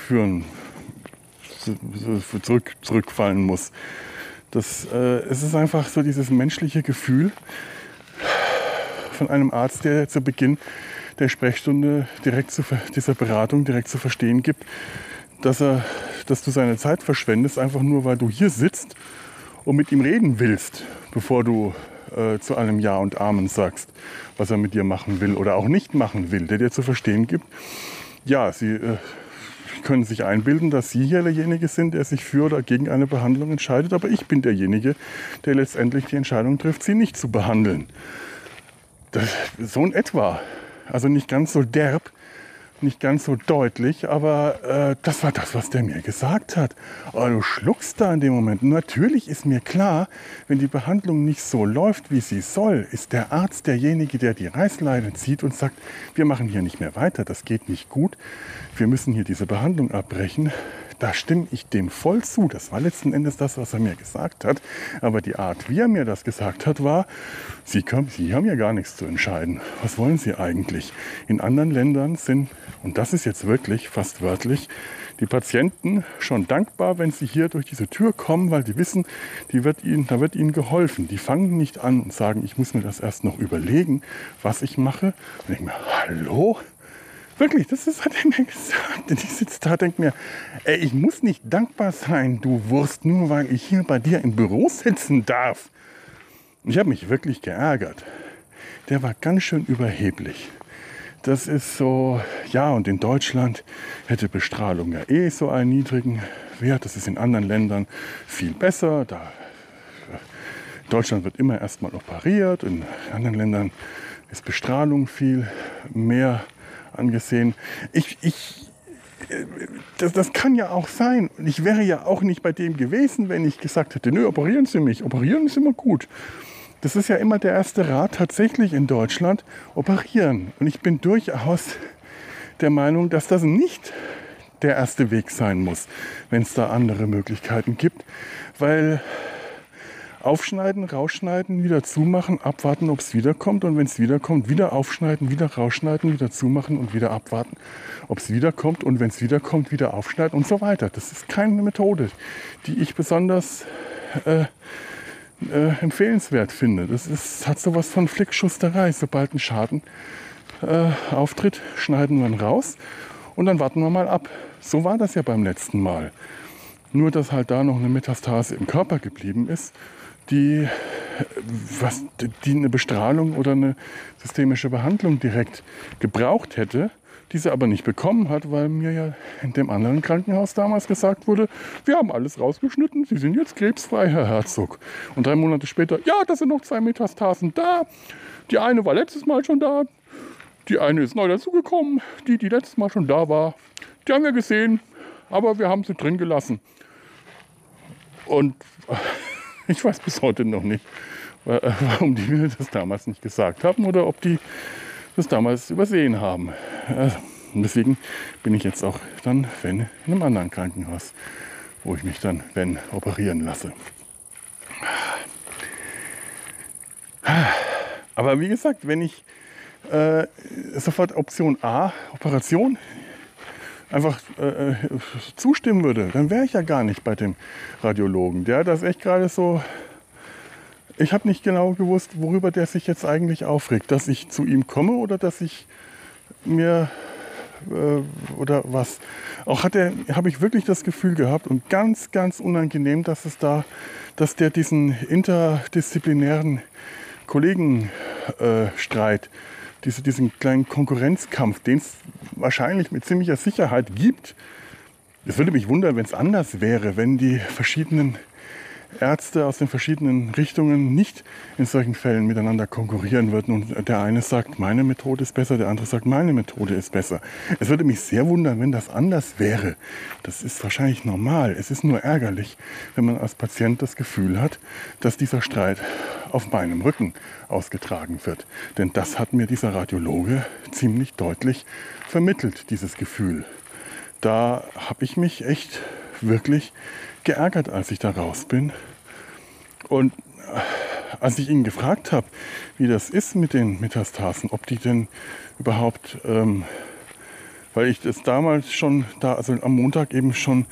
Speaker 2: zurückfallen muss. Es ist einfach so dieses menschliche Gefühl von einem Arzt, der zu Beginn der Sprechstunde dieser Beratung direkt zu verstehen gibt, dass du seine Zeit verschwendest, einfach nur weil du hier sitzt und mit ihm reden willst, bevor du zu allem Ja und Amen sagst, was er mit dir machen will oder auch nicht machen will, der dir zu verstehen gibt, ja, sie können sich einbilden, dass Sie hier derjenige sind, der sich für oder gegen eine Behandlung entscheidet, aber ich bin derjenige, der letztendlich die Entscheidung trifft, Sie nicht zu behandeln. So in etwa. Also nicht ganz so derb, nicht ganz so deutlich, aber das war das, was der mir gesagt hat. Oh, du schluckst da in dem Moment. Natürlich ist mir klar, wenn die Behandlung nicht so läuft, wie sie soll, ist der Arzt derjenige, der die Reißleine zieht und sagt, wir machen hier nicht mehr weiter, das geht nicht gut, wir müssen hier diese Behandlung abbrechen. Da stimme ich dem voll zu. Das war letzten Endes das, was er mir gesagt hat. Aber die Art, wie er mir das gesagt hat, war, Sie haben ja gar nichts zu entscheiden. Was wollen Sie eigentlich? In anderen Ländern sind, und das ist jetzt wirklich fast wörtlich, die Patienten schon dankbar, wenn sie hier durch diese Tür kommen, weil die wissen, da wird ihnen geholfen. Die fangen nicht an und sagen, ich muss mir das erst noch überlegen, was ich mache. Und ich denke mir, hallo? Wirklich, hat er mir gesagt. Und ich sitze da und denke mir, ey, ich muss nicht dankbar sein, du Wurst, nur weil ich hier bei dir im Büro sitzen darf. Und ich habe mich wirklich geärgert. Der war ganz schön überheblich. Das ist so, ja, und in Deutschland hätte Bestrahlung ja so einen niedrigen Wert. Das ist in anderen Ländern viel besser. Deutschland wird immer erstmal operiert. In anderen Ländern ist Bestrahlung viel mehr angesehen. Das kann ja auch sein. Und ich wäre ja auch nicht bei dem gewesen, wenn ich gesagt hätte, nö, operieren Sie mich. Operieren ist immer gut. Das ist ja immer der erste Rat tatsächlich in Deutschland, operieren. Und ich bin durchaus der Meinung, dass das nicht der erste Weg sein muss, wenn es da andere Möglichkeiten gibt. Weil aufschneiden, rausschneiden, wieder zumachen, abwarten, ob es wiederkommt. Und wenn es wiederkommt, wieder aufschneiden, wieder rausschneiden, wieder zumachen und wieder abwarten, ob es wiederkommt. Und wenn es wiederkommt, wieder aufschneiden und so weiter. Das ist keine Methode, die ich besonders empfehlenswert finde. Hat sowas von Flickschusterei. Sobald ein Schaden auftritt, schneiden wir ihn raus und dann warten wir mal ab. So war das ja beim letzten Mal. Nur, dass halt da noch eine Metastase im Körper geblieben ist, die eine Bestrahlung oder eine systemische Behandlung direkt gebraucht hätte, die sie aber nicht bekommen hat, weil mir ja in dem anderen Krankenhaus damals gesagt wurde, wir haben alles rausgeschnitten, Sie sind jetzt krebsfrei, Herr Herzog. Und 3 Monate später, ja, da sind noch 2 Metastasen da. Die eine war letztes Mal schon da, die eine ist neu dazugekommen, die letztes Mal schon da war. Die haben wir gesehen, aber wir haben sie drin gelassen. Und ich weiß bis heute noch nicht, warum die mir das damals nicht gesagt haben oder ob die das damals übersehen haben. Und deswegen bin ich jetzt auch dann, in einem anderen Krankenhaus, wo ich mich dann, operieren lasse. Aber wie gesagt, wenn ich sofort Option A, Operation, einfach zustimmen würde, dann wäre ich ja gar nicht bei dem Radiologen. Der hat das echt gerade so. Ich habe nicht genau gewusst, worüber der sich jetzt eigentlich aufregt. Dass ich zu ihm komme oder dass ich mir oder was. Auch habe ich wirklich das Gefühl gehabt und ganz, ganz unangenehm, dass der diesen interdisziplinären Kollegenstreit, diesen kleinen Konkurrenzkampf, den es wahrscheinlich mit ziemlicher Sicherheit gibt. Es würde mich wundern, wenn es anders wäre, wenn die verschiedenen Ärzte aus den verschiedenen Richtungen nicht in solchen Fällen miteinander konkurrieren würden und der eine sagt, meine Methode ist besser, der andere sagt, meine Methode ist besser. Es würde mich sehr wundern, wenn das anders wäre. Das ist wahrscheinlich normal. Es ist nur ärgerlich, wenn man als Patient das Gefühl hat, dass dieser Streit auf meinem Rücken ausgetragen wird. Denn das hat mir dieser Radiologe ziemlich deutlich vermittelt, dieses Gefühl. Da habe ich mich echt wirklich geärgert, als ich da raus bin. Und als ich ihn gefragt habe, wie das ist mit den Metastasen, ob die denn überhaupt, weil ich das damals schon, also am Montag eben schon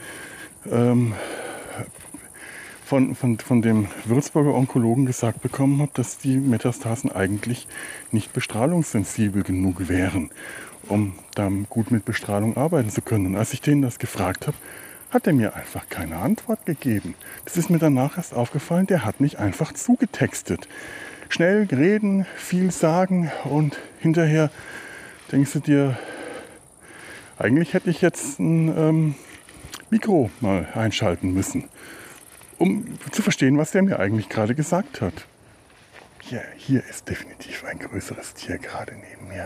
Speaker 2: von dem Würzburger Onkologen gesagt bekommen habe, dass die Metastasen eigentlich nicht bestrahlungssensibel genug wären, um da gut mit Bestrahlung arbeiten zu können. Und als ich denen das gefragt habe, hat er mir einfach keine Antwort gegeben. Das ist mir danach erst aufgefallen, der hat mich einfach zugetextet. Schnell reden, viel sagen und hinterher denkst du dir, eigentlich hätte ich jetzt ein Mikro mal einschalten müssen, um zu verstehen, was der mir eigentlich gerade gesagt hat. Ja, hier ist definitiv ein größeres Tier gerade neben mir.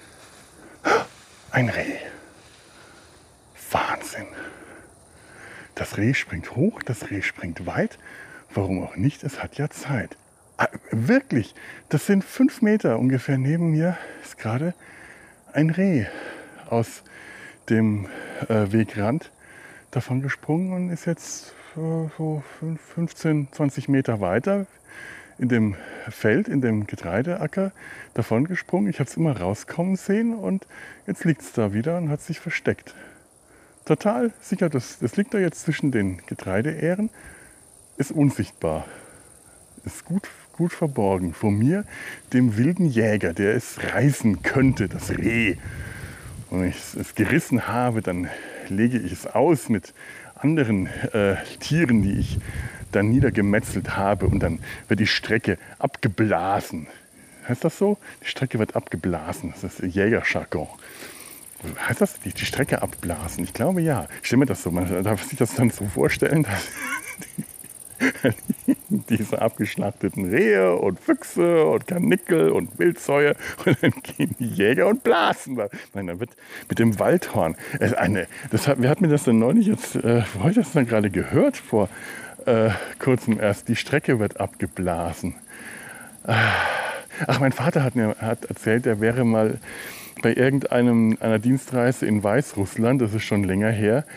Speaker 2: Ein Reh. Wahnsinn. Das Reh springt hoch, das Reh springt weit. Warum auch nicht? Es hat ja Zeit. Wirklich, das sind 5 Meter ungefähr neben mir, ist gerade ein Reh aus dem Wegrand davon gesprungen und ist jetzt so 15, 20 Meter weiter in dem Feld, in dem Getreideacker davon gesprungen. Ich habe es immer rauskommen sehen und jetzt liegt es da wieder und hat sich versteckt. Total sicher, das liegt da jetzt zwischen den Getreideähren, ist unsichtbar, ist gut verborgen vor mir, dem wilden Jäger, der es reißen könnte, das Reh. Und wenn ich es gerissen habe, dann lege ich es aus mit anderen Tieren, die ich dann niedergemetzelt habe und dann wird die Strecke abgeblasen. Heißt das so? Die Strecke wird abgeblasen, das ist Jägerjargon. Heißt das, die Strecke abblasen? Ich glaube ja. Ich stelle mir das so, man darf sich das dann so vorstellen, dass diese abgeschlachteten Rehe und Füchse und Karnickel und Wildsäue und dann gehen die Jäger und blasen. Nein, dann wird mit dem Waldhorn. Wir hatten mir das dann neulich jetzt, heute das dann gerade gehört, vor kurzem erst, die Strecke wird abgeblasen. Ach, mein Vater hat erzählt, er wäre mal bei einer Dienstreise in Weißrussland, das ist schon länger her,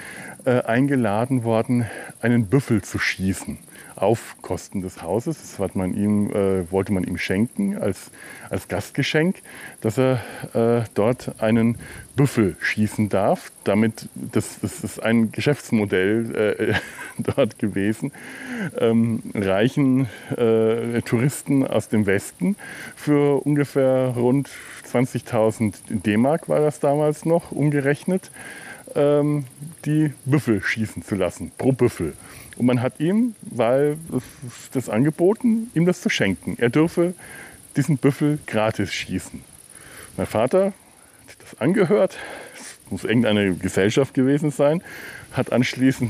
Speaker 2: eingeladen worden, einen Büffel zu schießen auf Kosten des Hauses. Das wollte man ihm schenken als Gastgeschenk, dass er dort einen Büffel schießen darf. Das ist ein Geschäftsmodell dort gewesen. Reichen Touristen aus dem Westen für ungefähr rund 20.000 D-Mark war das damals noch, umgerechnet, die Büffel schießen zu lassen, pro Büffel. Und man hat ihm, weil das angeboten, ihm das zu schenken. Er dürfe diesen Büffel gratis schießen. Mein Vater hat das angehört, es muss irgendeine Gesellschaft gewesen sein, hat anschließend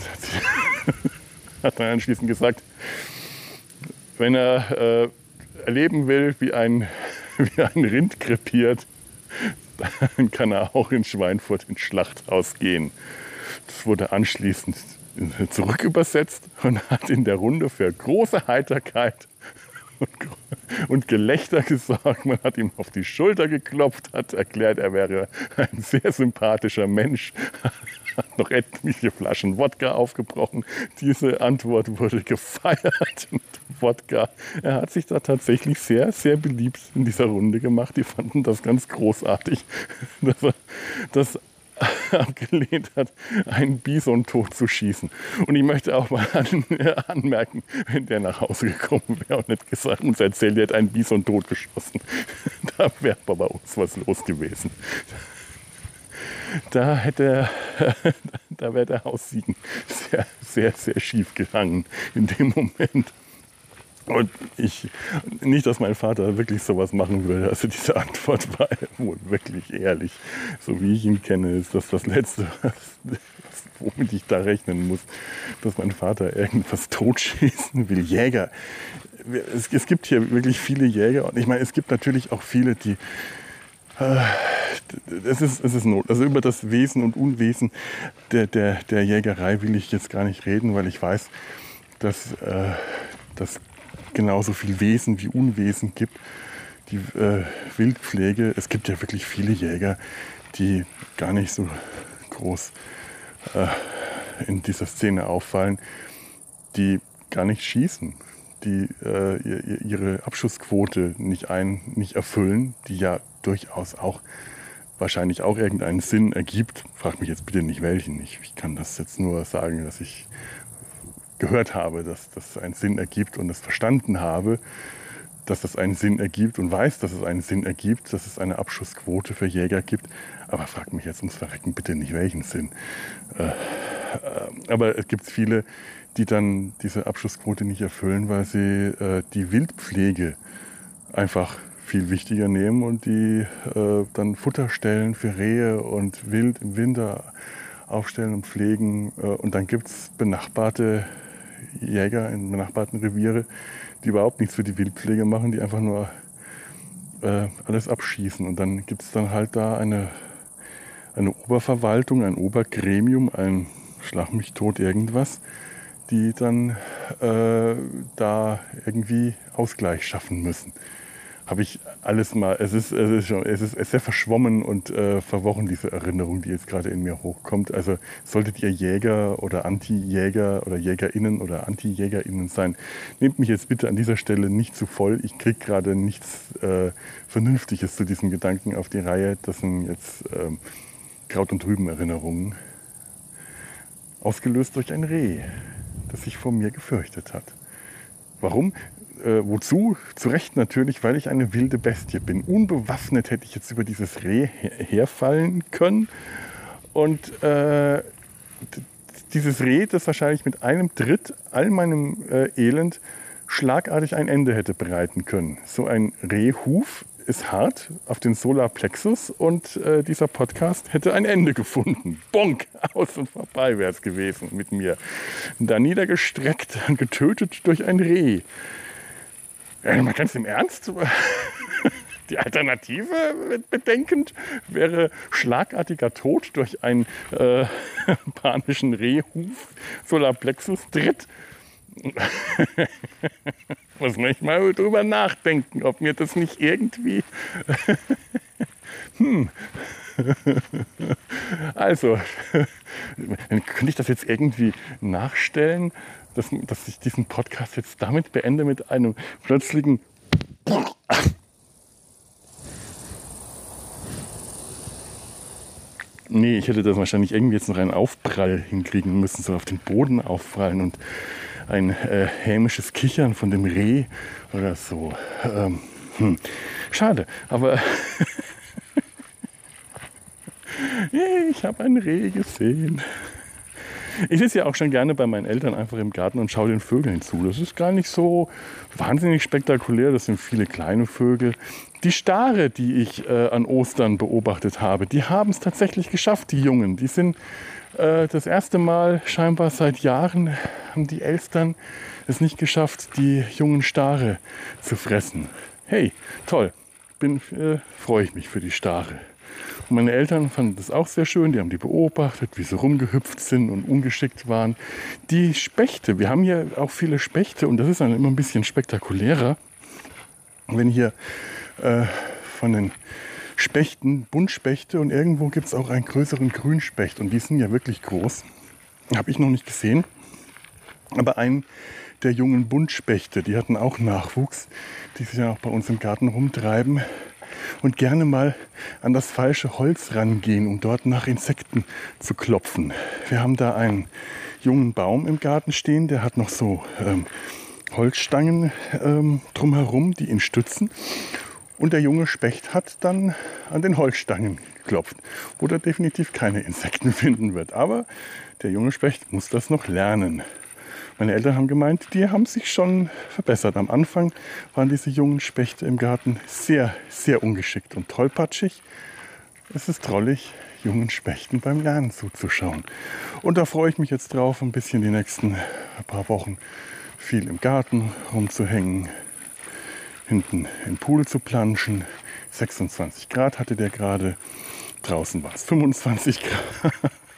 Speaker 2: gesagt, wenn er erleben will, wie ein Rind krepiert, dann kann er auch in Schweinfurt ins Schlachthaus gehen. Das wurde anschließend zurückübersetzt und hat in der Runde für große Heiterkeit und Gelächter gesorgt. Man hat ihm auf die Schulter geklopft, hat erklärt, er wäre ein sehr sympathischer Mensch, hat noch etliche Flaschen Wodka aufgebrochen. Diese Antwort wurde gefeiert mit Wodka. Er hat sich da tatsächlich sehr, sehr beliebt in dieser Runde gemacht. Die fanden das ganz großartig, dass er das abgelehnt hat, einen Bison tot zu schießen. Und ich möchte auch mal anmerken, wenn der nach Hause gekommen wäre und nicht gesagt, uns erzählt, er hat einen Bison totgeschossen, da wäre bei uns was los gewesen. Da wäre der Haussiegen sehr, sehr, sehr schief gegangen in dem Moment. Und nicht, dass mein Vater wirklich sowas machen würde. Also diese Antwort war wohl wirklich ehrlich. So wie ich ihn kenne, ist das Letzte, womit ich da rechnen muss, dass mein Vater irgendwas totschießen will. Jäger. Es gibt hier wirklich viele Jäger. Und ich meine, es gibt natürlich auch viele, die... Es ist Not. Also über das Wesen und Unwesen der Jägerei will ich jetzt gar nicht reden, weil ich weiß, dass das genauso viel Wesen wie Unwesen gibt. Die Wildpflege, es gibt ja wirklich viele Jäger, die gar nicht so groß in dieser Szene auffallen, die gar nicht schießen, die ihre Abschussquote nicht erfüllen, die ja durchaus auch wahrscheinlich auch irgendeinen Sinn ergibt. Frag mich jetzt bitte nicht welchen. Ich kann das jetzt nur sagen, dass ich gehört habe, dass das einen Sinn ergibt und es verstanden habe, dass das einen Sinn ergibt und weiß, dass es einen Sinn ergibt, dass es eine Abschussquote für Jäger gibt. Aber frag mich jetzt ums Verrecken bitte nicht welchen Sinn. Aber es gibt viele, die dann diese Abschussquote nicht erfüllen, weil sie die Wildpflege einfach viel wichtiger nehmen und die dann Futterstellen für Rehe und Wild im Winter aufstellen und pflegen. Und dann gibt es benachbarte Jäger in benachbarten Reviere, die überhaupt nichts für die Wildpflege machen, die einfach nur alles abschießen. Und dann gibt es dann halt da eine Oberverwaltung, ein Obergremium, ein Schlag mich tot irgendwas, die dann da irgendwie Ausgleich schaffen müssen. Habe ich alles mal, es ist sehr verschwommen und verworren, diese Erinnerung, die jetzt gerade in mir hochkommt. Also solltet ihr Jäger oder Anti-Jäger oder JägerInnen oder Anti-JägerInnen sein, nehmt mich jetzt bitte an dieser Stelle nicht zu voll. Ich kriege gerade nichts Vernünftiges zu diesem Gedanken auf die Reihe. Das sind jetzt Kraut- und Rüben-Erinnerungen, ausgelöst durch ein Reh, das sich vor mir gefürchtet hat. Warum? Wozu? Zu Recht natürlich, weil ich eine wilde Bestie bin. Unbewaffnet hätte ich jetzt über dieses Reh herfallen können. Und dieses Reh, das wahrscheinlich mit einem Tritt all meinem Elend schlagartig ein Ende hätte bereiten können. So ein Rehhuf ist hart auf den Solarplexus und dieser Podcast hätte ein Ende gefunden. Bonk! Aus und vorbei wäre es gewesen mit mir. Da niedergestreckt, getötet durch ein Reh. Mal ganz im Ernst? Die Alternative, bedenkend, wäre schlagartiger Tod durch einen panischen Rehhuf, Solarplexus-Tritt. Muss man mal drüber nachdenken, ob mir das nicht irgendwie Also, könnte ich das jetzt irgendwie nachstellen, dass ich diesen Podcast jetzt damit beende mit einem plötzlichen Nee, ich hätte das wahrscheinlich irgendwie jetzt noch einen Aufprall hinkriegen müssen, so auf den Boden aufprallen und ein hämisches Kichern von dem Reh oder so. Schade, aber ich habe ein Reh gesehen. Ich sitze ja auch schon gerne bei meinen Eltern einfach im Garten und schaue den Vögeln zu. Das ist gar nicht so wahnsinnig spektakulär. Das sind viele kleine Vögel. Die Stare, die ich an Ostern beobachtet habe, die haben es tatsächlich geschafft, die Jungen. Die sind das erste Mal scheinbar seit Jahren, haben die Elstern es nicht geschafft, die jungen Stare zu fressen. Hey, toll. Freue ich mich für die Stare. Und meine Eltern fanden das auch sehr schön. Die haben die beobachtet, wie sie rumgehüpft sind und ungeschickt waren. Die Spechte, wir haben hier auch viele Spechte und das ist dann immer ein bisschen spektakulärer, wenn hier von den Spechten, Buntspechte und irgendwo gibt es auch einen größeren Grünspecht und die sind ja wirklich groß. Habe ich noch nicht gesehen. Aber einen der jungen Buntspechte, die hatten auch Nachwuchs, die sich ja auch bei uns im Garten rumtreiben und gerne mal an das falsche Holz rangehen, um dort nach Insekten zu klopfen. Wir haben da einen jungen Baum im Garten stehen, der hat noch so Holzstangen drumherum, die ihn stützen. Und der junge Specht hat dann an den Holzstangen geklopft, wo er definitiv keine Insekten finden wird. Aber der junge Specht muss das noch lernen. Meine Eltern haben gemeint, die haben sich schon verbessert. Am Anfang waren diese jungen Spechte im Garten sehr, sehr ungeschickt und tollpatschig. Es ist drollig, jungen Spechten beim Lernen zuzuschauen. Und da freue ich mich jetzt drauf, ein bisschen die nächsten paar Wochen viel im Garten rumzuhängen, hinten im Pool zu planschen. 26 Grad hatte der gerade, draußen war es 25 Grad.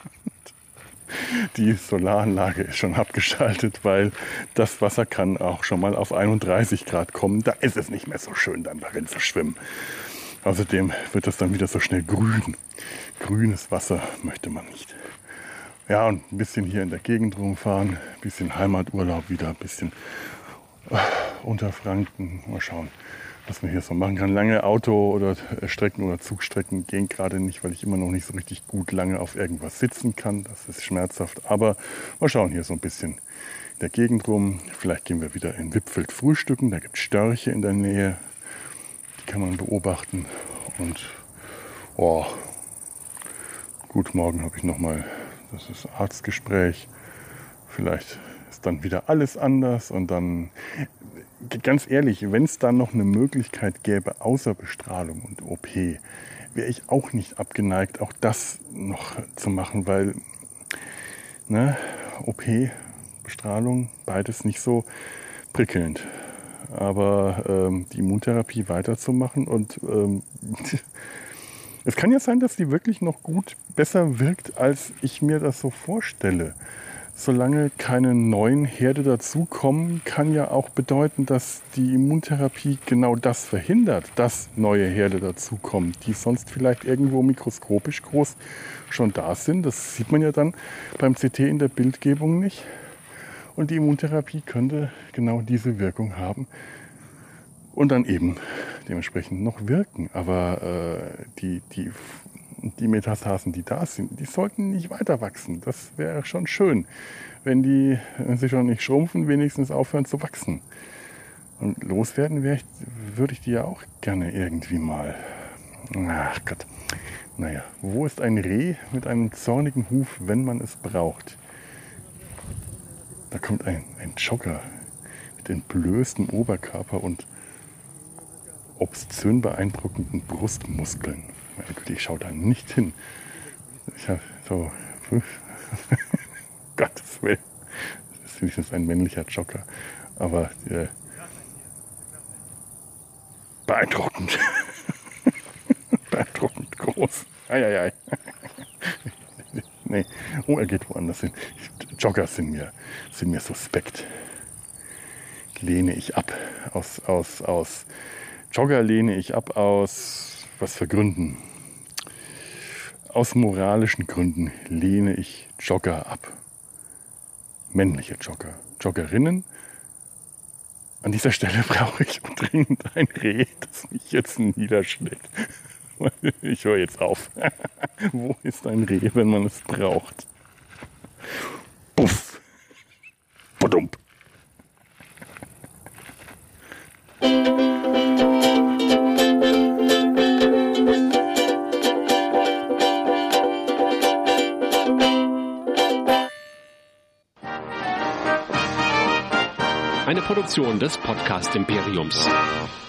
Speaker 2: Die Solaranlage ist schon abgeschaltet, weil das Wasser kann auch schon mal auf 31 Grad kommen. Da ist es nicht mehr so schön, dann darin zu schwimmen. Außerdem wird das dann wieder so schnell grün. Grünes Wasser möchte man nicht. Ja, und ein bisschen hier in der Gegend rumfahren, ein bisschen Heimaturlaub wieder, ein bisschen Unterfranken. Mal schauen, was man hier so machen kann. Lange Auto- oder Strecken oder Zugstrecken gehen gerade nicht, weil ich immer noch nicht so richtig gut lange auf irgendwas sitzen kann. Das ist schmerzhaft. Aber mal schauen hier so ein bisschen in der Gegend rum. Vielleicht gehen wir wieder in Wippfeld frühstücken. Da gibt es Störche in der Nähe. Die kann man beobachten. Und gut, morgen habe ich nochmal, das ist Arztgespräch. Vielleicht ist dann wieder alles anders und dann, ganz ehrlich, wenn es dann noch eine Möglichkeit gäbe, außer Bestrahlung und OP, wäre ich auch nicht abgeneigt, auch das noch zu machen, weil OP, Bestrahlung, beides nicht so prickelnd. Aber die Immuntherapie weiterzumachen und es kann ja sein, dass die wirklich noch gut besser wirkt, als ich mir das so vorstelle. Solange keine neuen Herde dazukommen, kann ja auch bedeuten, dass die Immuntherapie genau das verhindert, dass neue Herde dazukommen, die sonst vielleicht irgendwo mikroskopisch groß schon da sind. Das sieht man ja dann beim CT in der Bildgebung nicht. Und die Immuntherapie könnte genau diese Wirkung haben und dann eben dementsprechend noch wirken. Aber die Metastasen, die da sind, die sollten nicht weiter wachsen. Das wäre schon schön, wenn sie schon nicht schrumpfen, wenigstens aufhören zu wachsen. Und loswerden würde ich die ja auch gerne irgendwie mal. Ach Gott. Naja, wo ist ein Reh mit einem zornigen Huf, wenn man es braucht? Da kommt ein Jogger mit entblößtem Oberkörper und obszön beeindruckenden Brustmuskeln. Ich schaue da nicht hin. Ich habe so, Gottes Willen, das ist wenigstens ein männlicher Jogger, aber beeindruckend, beeindruckend groß. Eieiei. Nee, er geht woanders hin. Jogger sind mir suspekt. Lehne ich ab aus Jogger lehne ich ab aus Was für Gründen? Aus moralischen Gründen lehne ich Jogger ab. Männliche Jogger. Joggerinnen. An dieser Stelle brauche ich dringend ein Reh, das mich jetzt niederschlägt. Ich höre jetzt auf. Wo ist ein Reh, wenn man es braucht? Puff. Badump.
Speaker 3: Eine Produktion des Podcast Imperiums.